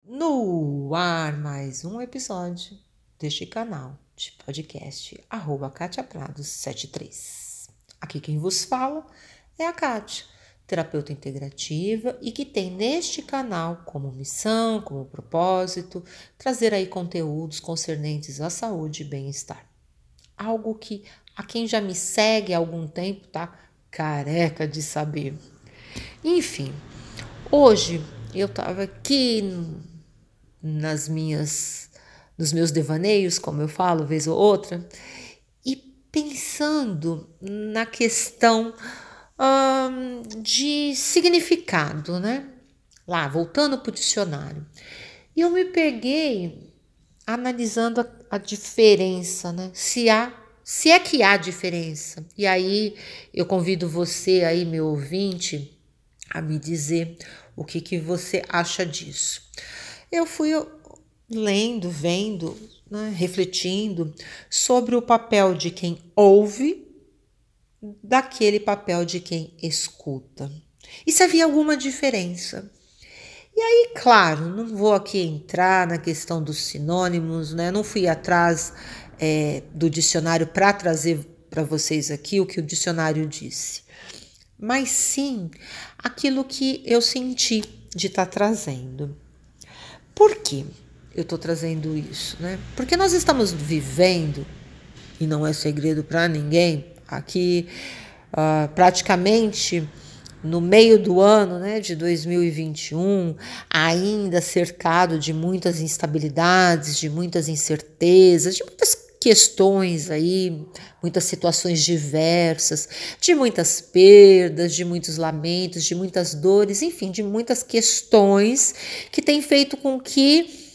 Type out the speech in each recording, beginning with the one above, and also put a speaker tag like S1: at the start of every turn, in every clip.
S1: No ar, mais um episódio deste canal de podcast Kátia Prados 73. Aqui quem vos fala é a Kátia, terapeuta integrativa e que tem neste canal como missão, como propósito, trazer aí conteúdos concernentes à saúde e bem-estar. Algo que a quem já me segue há algum tempo tá careca de saber. Enfim, hoje eu estava aqui nos meus devaneios, como eu falo, vez ou outra, e pensando na questão de significado, né? Lá, voltando para o dicionário. E eu me peguei analisando a diferença, né? Se é que há diferença. E aí eu convido você aí, meu ouvinte, a me dizer o que você acha disso. Eu fui lendo, vendo, né, refletindo sobre o papel de quem ouve daquele papel de quem escuta. E se havia alguma diferença. E aí, claro, não vou aqui entrar na questão dos sinônimos, né? Não fui atrás do dicionário para trazer para vocês aqui o que o dicionário disse. Mas sim aquilo que eu senti de estar trazendo. Por quê eu estou trazendo isso, né? Porque nós estamos vivendo, e não é segredo para ninguém, aqui praticamente no meio do ano, né, de 2021, ainda cercado de muitas instabilidades, de muitas incertezas, de muitas questões aí, muitas situações diversas, de muitas perdas, de muitos lamentos, de muitas dores, enfim, de muitas questões que têm feito com que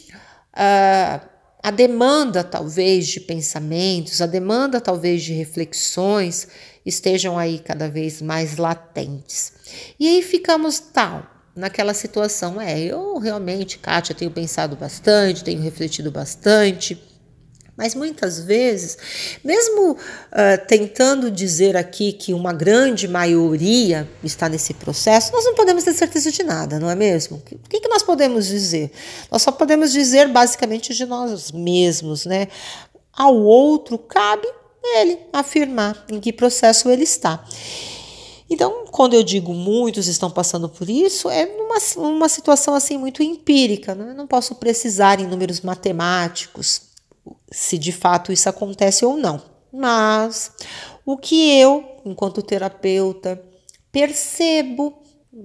S1: a demanda talvez de pensamentos, a demanda talvez de reflexões estejam aí cada vez mais latentes. E aí ficamos naquela situação, eu realmente, Kátia, tenho pensado bastante, tenho refletido bastante, mas muitas vezes, mesmo tentando dizer aqui que uma grande maioria está nesse processo, nós não podemos ter certeza de nada, não é mesmo? O que nós podemos dizer? Nós só podemos dizer basicamente de nós mesmos, né? Ao outro cabe ele afirmar em que processo ele está. Então, quando eu digo muitos estão passando por isso, é uma situação assim muito empírica, né? Eu não posso precisar em números matemáticos se de fato isso acontece ou não. Mas o que eu, enquanto terapeuta, percebo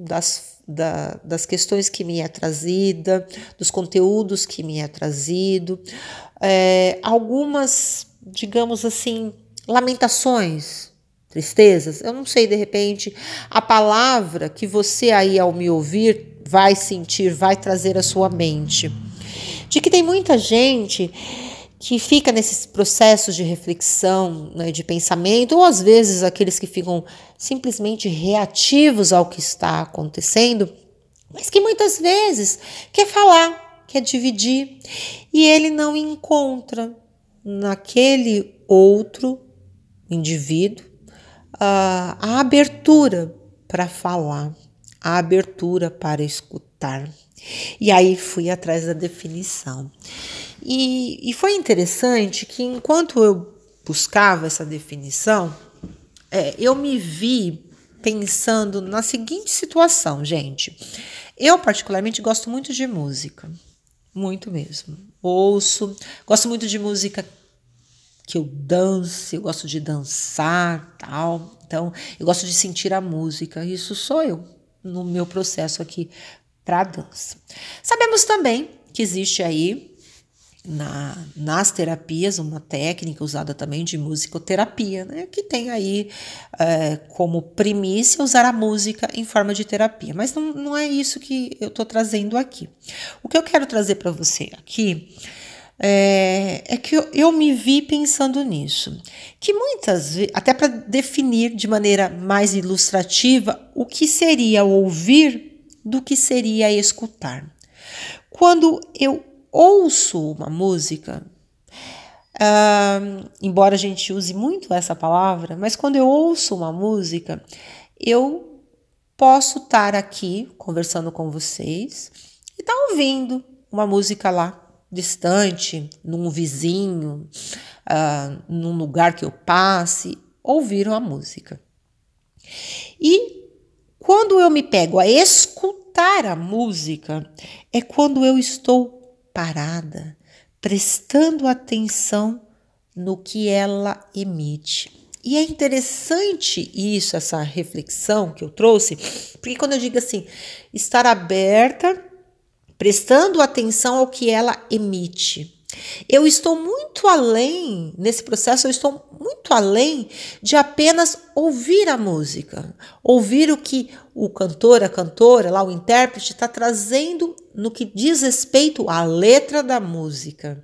S1: das questões que me é trazida, dos conteúdos que me é trazido, algumas, digamos assim, lamentações, tristezas, eu não sei, de repente, a palavra que você aí ao me ouvir vai sentir, vai trazer à sua mente. De que tem muita gente que fica nesses processos de reflexão, né, de pensamento, ou às vezes aqueles que ficam simplesmente reativos ao que está acontecendo, mas que muitas vezes quer falar, quer dividir, e ele não encontra naquele outro indivíduo a abertura para falar, a abertura para escutar. E aí fui atrás da definição. E foi interessante que enquanto eu buscava essa definição, eu me vi pensando na seguinte situação, gente. Eu particularmente gosto muito de música, muito mesmo. Gosto muito de música que eu dance, eu gosto de dançar, tal. Então, eu gosto de sentir a música. Isso sou eu no meu processo aqui para dança. Sabemos também que existe aí nas terapias uma técnica usada também de musicoterapia, né, que tem aí como primícia usar a música em forma de terapia, mas não é isso que eu estou trazendo aqui. O que eu quero trazer para você aqui é que eu me vi pensando nisso, que muitas vezes, até para definir de maneira mais ilustrativa o que seria ouvir do que seria escutar. Quando eu ouço uma música, embora a gente use muito essa palavra, mas quando eu ouço uma música, eu posso estar aqui conversando com vocês e estar ouvindo uma música lá distante, num vizinho, num lugar que eu passe, ouviram a música. E quando eu me pego a escutar a música, é quando eu estou parada, prestando atenção no que ela emite. E é interessante isso, essa reflexão que eu trouxe, porque quando eu digo assim, estar aberta, prestando atenção ao que ela emite. Eu estou muito além, nesse processo, eu estou muito além de apenas ouvir a música, ouvir o que o cantor, a cantora, lá o intérprete está trazendo no que diz respeito à letra da música.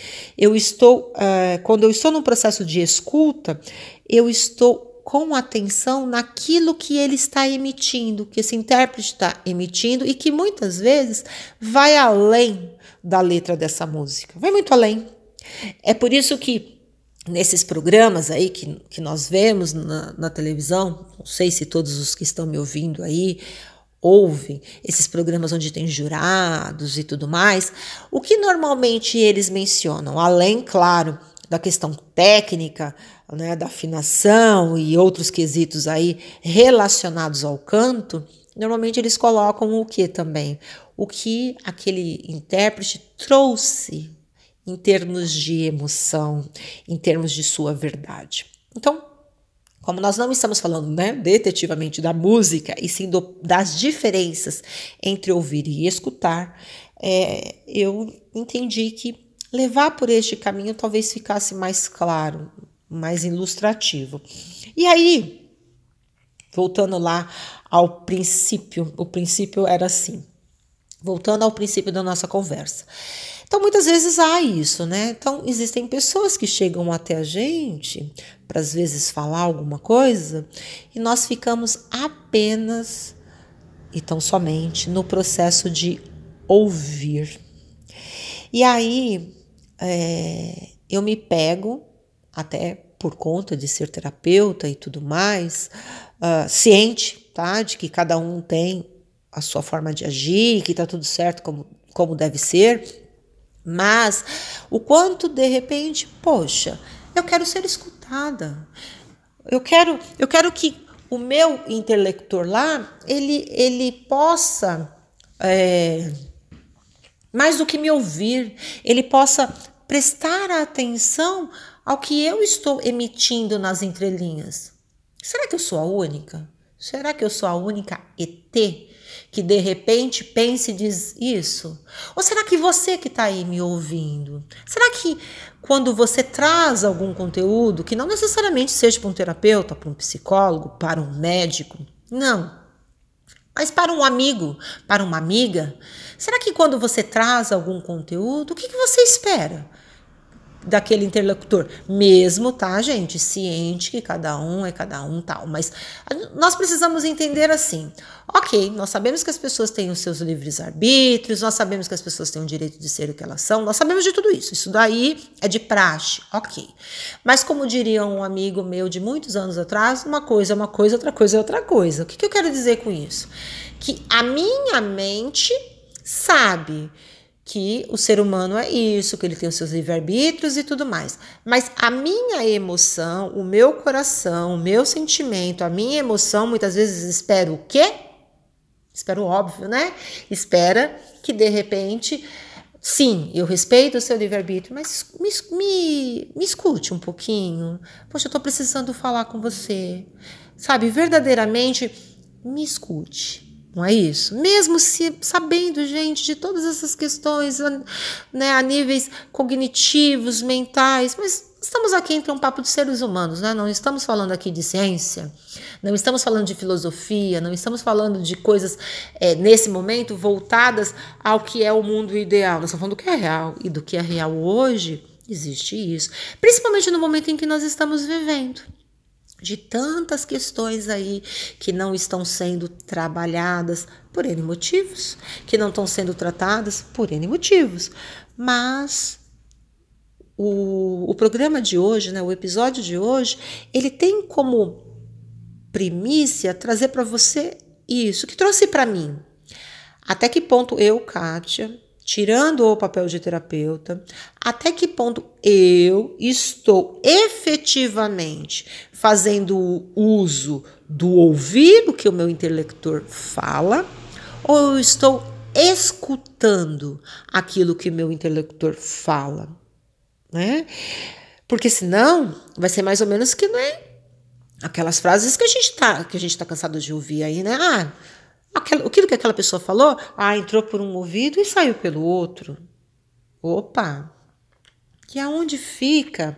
S1: Quando eu estou num processo de escuta, eu estou com atenção naquilo que ele está emitindo, que esse intérprete está emitindo e que muitas vezes vai além da letra dessa música, vai muito além. É por isso que nesses programas aí que nós vemos na televisão, não sei se todos os que estão me ouvindo aí ouvem esses programas onde tem jurados e tudo mais, o que normalmente eles mencionam, além, claro, da questão técnica, né, da afinação e outros quesitos aí relacionados ao canto, normalmente eles colocam o que também? O que aquele intérprete trouxe em termos de emoção, em termos de sua verdade. Então, como nós não estamos falando, né, detetivamente da música, e sim das diferenças entre ouvir e escutar, eu entendi que levar por este caminho talvez ficasse mais claro, mais ilustrativo. E aí, voltando lá ao princípio, o princípio era assim, voltando ao princípio da nossa conversa. Então, muitas vezes há isso, né? Então, existem pessoas que chegam até a gente para, às vezes, falar alguma coisa e nós ficamos apenas e tão somente no processo de ouvir. E aí, eu me pego, até por conta de ser terapeuta e tudo mais, ciente, tá? De que cada um tem a sua forma de agir, que tá tudo certo como deve ser. Mas o quanto de repente, poxa, eu quero ser escutada. Eu quero que o meu interlocutor lá, ele possa, mais do que me ouvir, ele possa prestar atenção ao que eu estou emitindo nas entrelinhas. Será que eu sou a única? Será que eu sou a única ET que de repente pensa e diz isso? Ou será que você que está aí me ouvindo? Será que quando você traz algum conteúdo, que não necessariamente seja para um terapeuta, para um psicólogo, para um médico, não, mas para um amigo, para uma amiga, será que quando você traz algum conteúdo, o que você espera daquele interlocutor? Mesmo, tá, gente? Ciente que cada um é cada um, tal. Mas nós precisamos entender assim, ok, nós sabemos que as pessoas têm os seus livres arbítrios, nós sabemos que as pessoas têm o direito de ser o que elas são, nós sabemos de tudo isso. Isso daí é de praxe, ok. Mas como diria um amigo meu de muitos anos atrás, uma coisa é uma coisa, outra coisa é outra coisa. O que eu quero dizer com isso? Que a minha mente sabe que o ser humano é isso, que ele tem os seus livre-arbítrios e tudo mais. Mas a minha emoção, o meu coração, o meu sentimento, a minha emoção, muitas vezes espera o quê? Espera o óbvio, né? Espera que, de repente, sim, eu respeito o seu livre-arbítrio, mas me escute um pouquinho. Poxa, eu tô precisando falar com você. Sabe, verdadeiramente, me escute. Não é isso? Mesmo sabendo, gente, de todas essas questões, né, a níveis cognitivos, mentais, mas estamos aqui entre um papo de seres humanos, né? Não estamos falando aqui de ciência, não estamos falando de filosofia, não estamos falando de coisas, nesse momento, voltadas ao que é o mundo ideal. Nós estamos falando do que é real, e do que é real hoje, existe isso. Principalmente no momento em que nós estamos vivendo. De tantas questões aí que não estão sendo trabalhadas por N motivos, que não estão sendo tratadas por N motivos. Mas o programa de hoje, né, o episódio de hoje, ele tem como primícia trazer para você isso, que trouxe para mim. Até que ponto eu, Kátia, tirando o papel de terapeuta, até que ponto eu estou efetivamente fazendo o uso do ouvir o que o meu interlocutor fala, ou eu estou escutando aquilo que o meu interlocutor fala, né? Porque senão vai ser mais ou menos que, né, aquelas frases que a gente tá cansado de ouvir aí, né? Aquilo que aquela pessoa falou, entrou por um ouvido e saiu pelo outro. Opa! Que aonde fica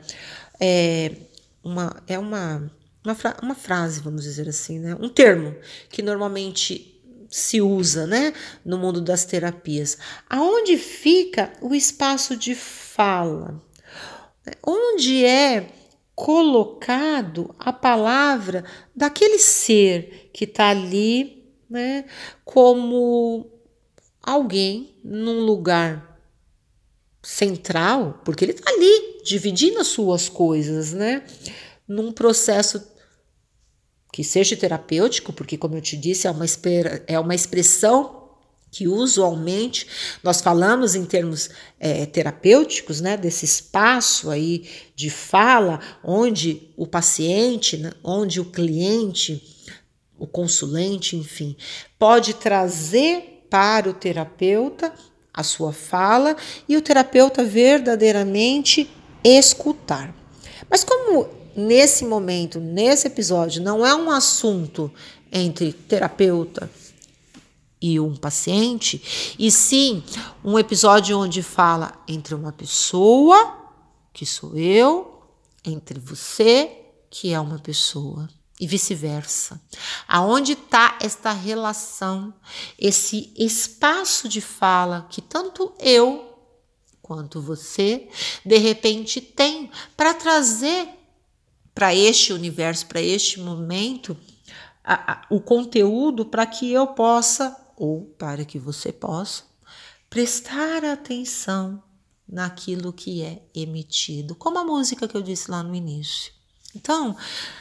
S1: uma frase, vamos dizer assim, né? Um termo que normalmente se usa, né, no mundo das terapias. Aonde fica o espaço de fala? Onde é colocado a palavra daquele ser que está ali, né, como alguém num lugar central, porque ele está ali dividindo as suas coisas, né, num processo que seja terapêutico, porque, como eu te disse, é uma expressão que usualmente nós falamos em termos terapêuticos, né, desse espaço aí de fala, onde o paciente, né, onde o cliente, o consulente, enfim, pode trazer para o terapeuta a sua fala e o terapeuta verdadeiramente escutar. Mas como nesse momento, nesse episódio, não é um assunto entre terapeuta e um paciente, e sim um episódio onde fala entre uma pessoa, que sou eu, entre você, que é uma pessoa, e vice-versa. Aonde está esta relação, esse espaço de fala que tanto eu quanto você, de repente, tem para trazer para este universo, para este momento, o conteúdo para que eu possa, ou para que você possa, prestar atenção naquilo que é emitido, como a música que eu disse lá no início. Então,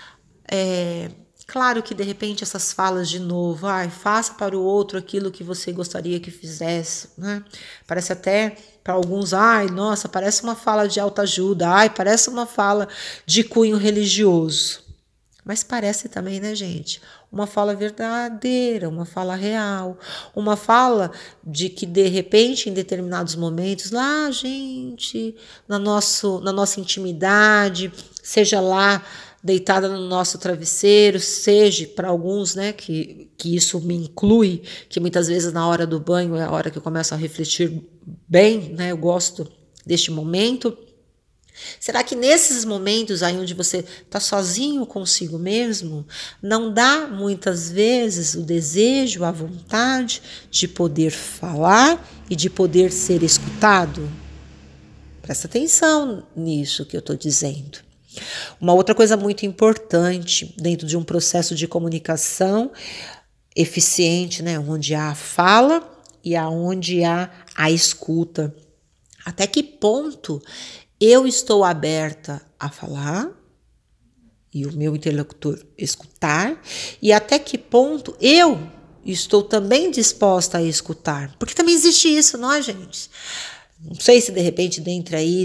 S1: claro que de repente essas falas de novo, faça para o outro aquilo que você gostaria que fizesse, né? Parece até para alguns, nossa, parece uma fala de autoajuda, parece uma fala de cunho religioso. Mas parece também, né, gente? Uma fala verdadeira, uma fala real, uma fala de que, de repente, em determinados momentos, lá, gente, na nossa intimidade, seja lá deitada no nosso travesseiro, seja para alguns, né, que isso me inclui, que muitas vezes na hora do banho é a hora que eu começo a refletir bem, né, eu gosto deste momento. Será que nesses momentos aí onde você está sozinho consigo mesmo, não dá muitas vezes o desejo, a vontade de poder falar e de poder ser escutado? Presta atenção nisso que eu estou dizendo. Uma outra coisa muito importante dentro de um processo de comunicação eficiente, né, onde há a fala e onde há a escuta. Até que ponto eu estou aberta a falar e o meu interlocutor escutar, e até que ponto eu estou também disposta a escutar, porque também existe isso, não é, gente? Não sei se de repente dentro aí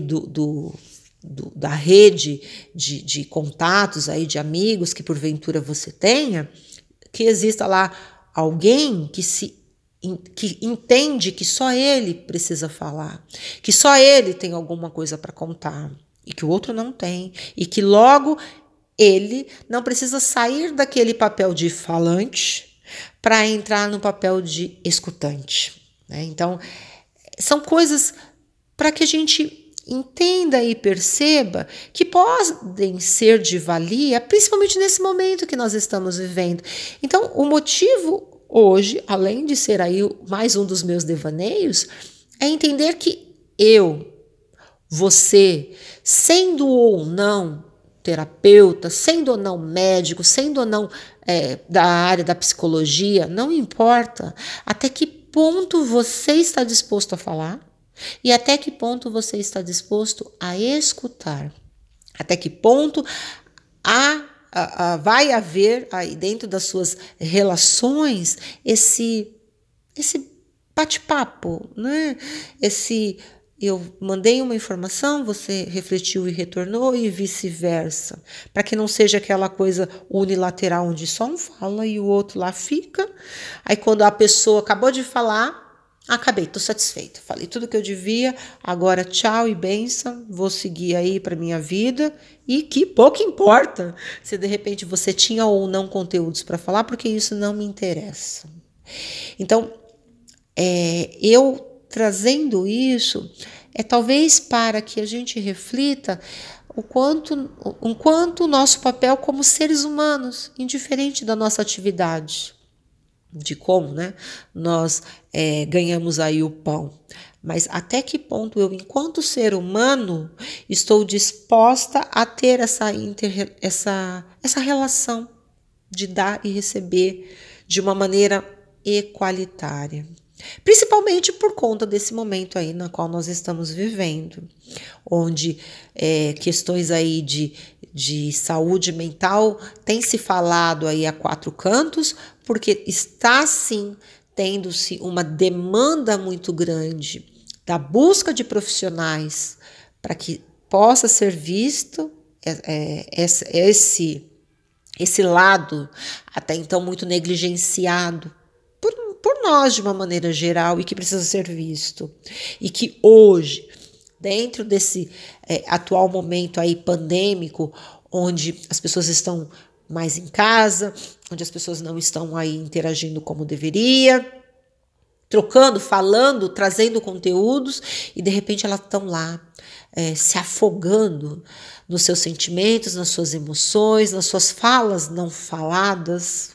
S1: da rede de contatos aí, de amigos que porventura você tenha, que exista lá alguém que entende que só ele precisa falar, que só ele tem alguma coisa para contar e que o outro não tem, e que logo ele não precisa sair daquele papel de falante para entrar no papel de escutante, né? Então, são coisas para que a gente entenda e perceba que podem ser de valia, principalmente nesse momento que nós estamos vivendo. Então, o motivo hoje, além de ser aí mais um dos meus devaneios, é entender que você, sendo ou não terapeuta, sendo ou não médico, sendo ou não da área da psicologia, não importa até que ponto você está disposto a falar e até que ponto você está disposto a escutar, até que ponto vai haver aí dentro das suas relações esse bate-papo, né? Eu mandei uma informação, você refletiu e retornou e vice-versa, para que não seja aquela coisa unilateral onde só um fala e o outro lá fica. Aí quando a pessoa acabou de falar, acabei, estou satisfeita, falei tudo que eu devia, agora tchau e bênção, vou seguir aí para minha vida e que pouco importa se de repente você tinha ou não conteúdos para falar, porque isso não me interessa. Então, eu trazendo isso talvez para que a gente reflita o quanto o nosso papel como seres humanos, indiferente da nossa atividade, de como, né, nós ganhamos aí o pão. Mas até que ponto eu, enquanto ser humano, estou disposta a ter essa relação de dar e receber de uma maneira equalitária. Principalmente por conta desse momento aí na qual nós estamos vivendo, onde questões aí de saúde mental tem se falado aí a quatro cantos, porque está sim tendo-se uma demanda muito grande da busca de profissionais para que possa ser visto esse lado até então muito negligenciado por nós de uma maneira geral e que precisa ser visto. E que hoje, dentro desse atual momento aí pandêmico, onde as pessoas estão mais em casa, onde as pessoas não estão aí interagindo como deveria, trocando, falando, trazendo conteúdos, e de repente elas estão lá se afogando nos seus sentimentos, nas suas emoções, nas suas falas não faladas.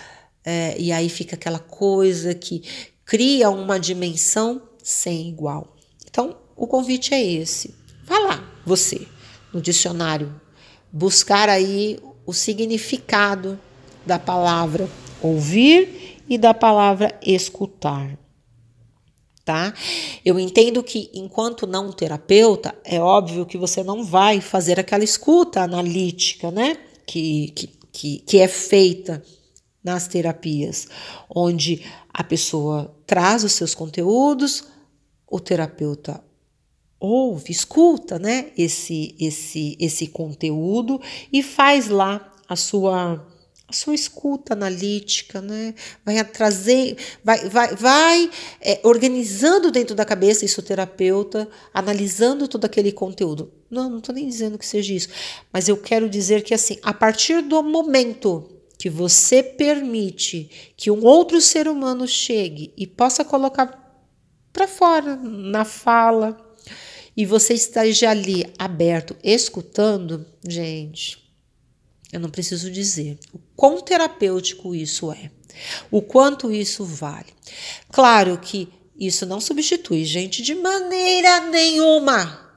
S1: E aí fica aquela coisa que cria uma dimensão sem igual. Então, o convite é esse. Vá lá, você, no dicionário, buscar aí o significado da palavra ouvir e da palavra escutar. Tá? Eu entendo que, enquanto não terapeuta, é óbvio que você não vai fazer aquela escuta analítica, né? Que é feita nas terapias, onde a pessoa traz os seus conteúdos, o terapeuta ouve, escuta, né, esse conteúdo e faz lá a sua escuta analítica, né? Vai trazer, vai organizando dentro da cabeça isso, o terapeuta, analisando todo aquele conteúdo. Não estou nem dizendo que seja isso, mas eu quero dizer que assim, a partir do momento que você permite que um outro ser humano chegue e possa colocar para fora na fala, e você esteja ali aberto, escutando, gente, eu não preciso dizer o quão terapêutico isso é, o quanto isso vale. Claro que isso não substitui, gente, de maneira nenhuma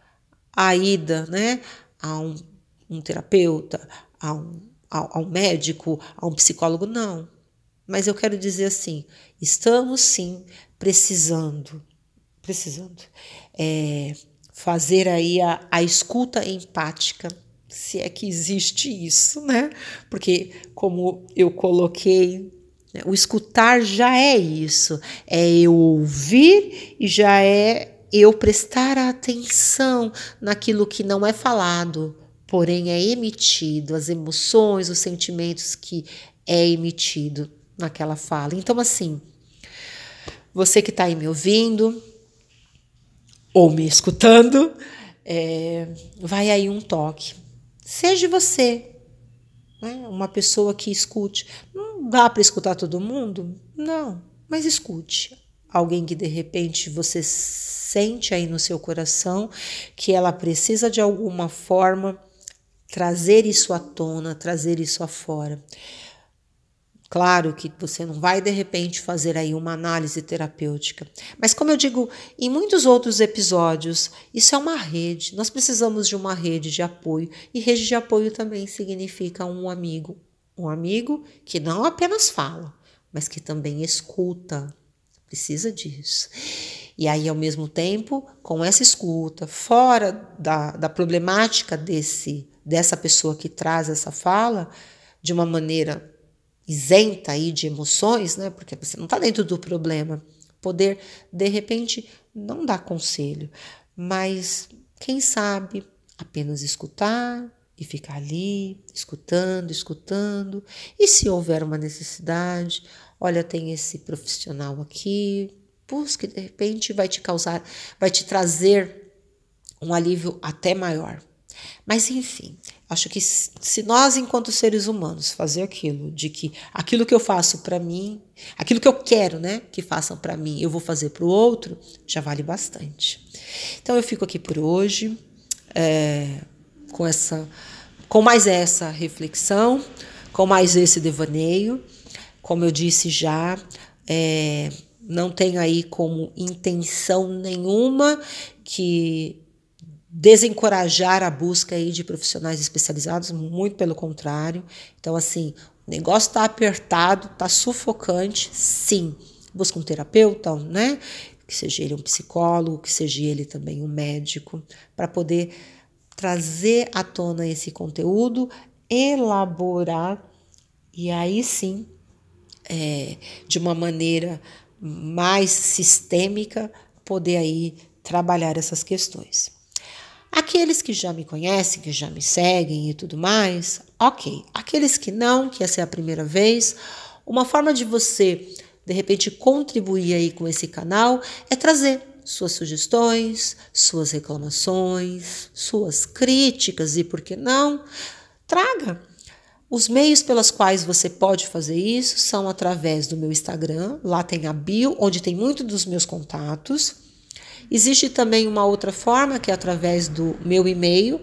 S1: a ida, né, a um terapeuta, a um médico, a um psicólogo, não. Mas eu quero dizer assim, estamos sim precisando fazer aí a escuta empática, se é que existe isso, né? Porque, como eu coloquei, né, o escutar já é isso, é eu ouvir e já é eu prestar atenção naquilo que não é falado, porém é emitido, as emoções, os sentimentos que é emitido naquela fala. Então, assim, você que está aí me ouvindo ou me escutando, vai aí um toque. Seja você, né, uma pessoa que escute. Não dá para escutar todo mundo? Não, mas escute. Alguém que de repente você sente aí no seu coração que ela precisa de alguma forma trazer isso à tona, trazer isso afora. Claro que você não vai, de repente, fazer aí uma análise terapêutica. Mas, como eu digo em muitos outros episódios, isso é uma rede. Nós precisamos de uma rede de apoio. E rede de apoio também significa um amigo. Um amigo que não apenas fala, mas que também escuta. Precisa disso. E aí, ao mesmo tempo, com essa escuta, fora da problemática dessa pessoa que traz essa fala, de uma maneira isenta aí de emoções, né? Porque você não está dentro do problema, poder, de repente, não dar conselho, mas, quem sabe, apenas escutar e ficar ali, escutando. E se houver uma necessidade, olha, tem esse profissional aqui, busque, de repente vai te trazer um alívio até maior. Mas enfim, acho que se nós, enquanto seres humanos, fazer aquilo que eu faço para mim, aquilo que eu quero, né, que façam para mim, eu vou fazer para o outro, já vale bastante. Então eu fico aqui por hoje, com mais essa reflexão, com mais esse devaneio. Como eu disse já, não tenho aí como intenção nenhuma que desencorajar a busca aí de profissionais especializados, muito pelo contrário. Então, assim, o negócio tá apertado, tá sufocante, sim. Busca um terapeuta, né? Que seja ele um psicólogo, que seja ele também um médico, para poder trazer à tona esse conteúdo, elaborar e aí sim, de uma maneira mais sistêmica, poder aí trabalhar essas questões. Aqueles que já me conhecem, que já me seguem e tudo mais, ok. Aqueles que não, que essa é a primeira vez, uma forma de você, de repente, contribuir aí com esse canal é trazer suas sugestões, suas reclamações, suas críticas e, por que não, traga. Os meios pelos quais você pode fazer isso são através do meu Instagram, lá tem a bio, onde tem muito dos meus contatos. Existe também uma outra forma, que é através do meu e-mail,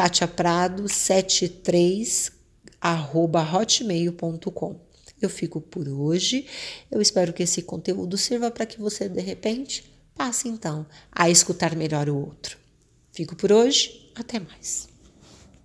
S1: katiaprado73@hotmail.com. Eu fico por hoje. Eu espero que esse conteúdo sirva para que você, de repente, passe então a escutar melhor o outro. Fico por hoje. Até mais.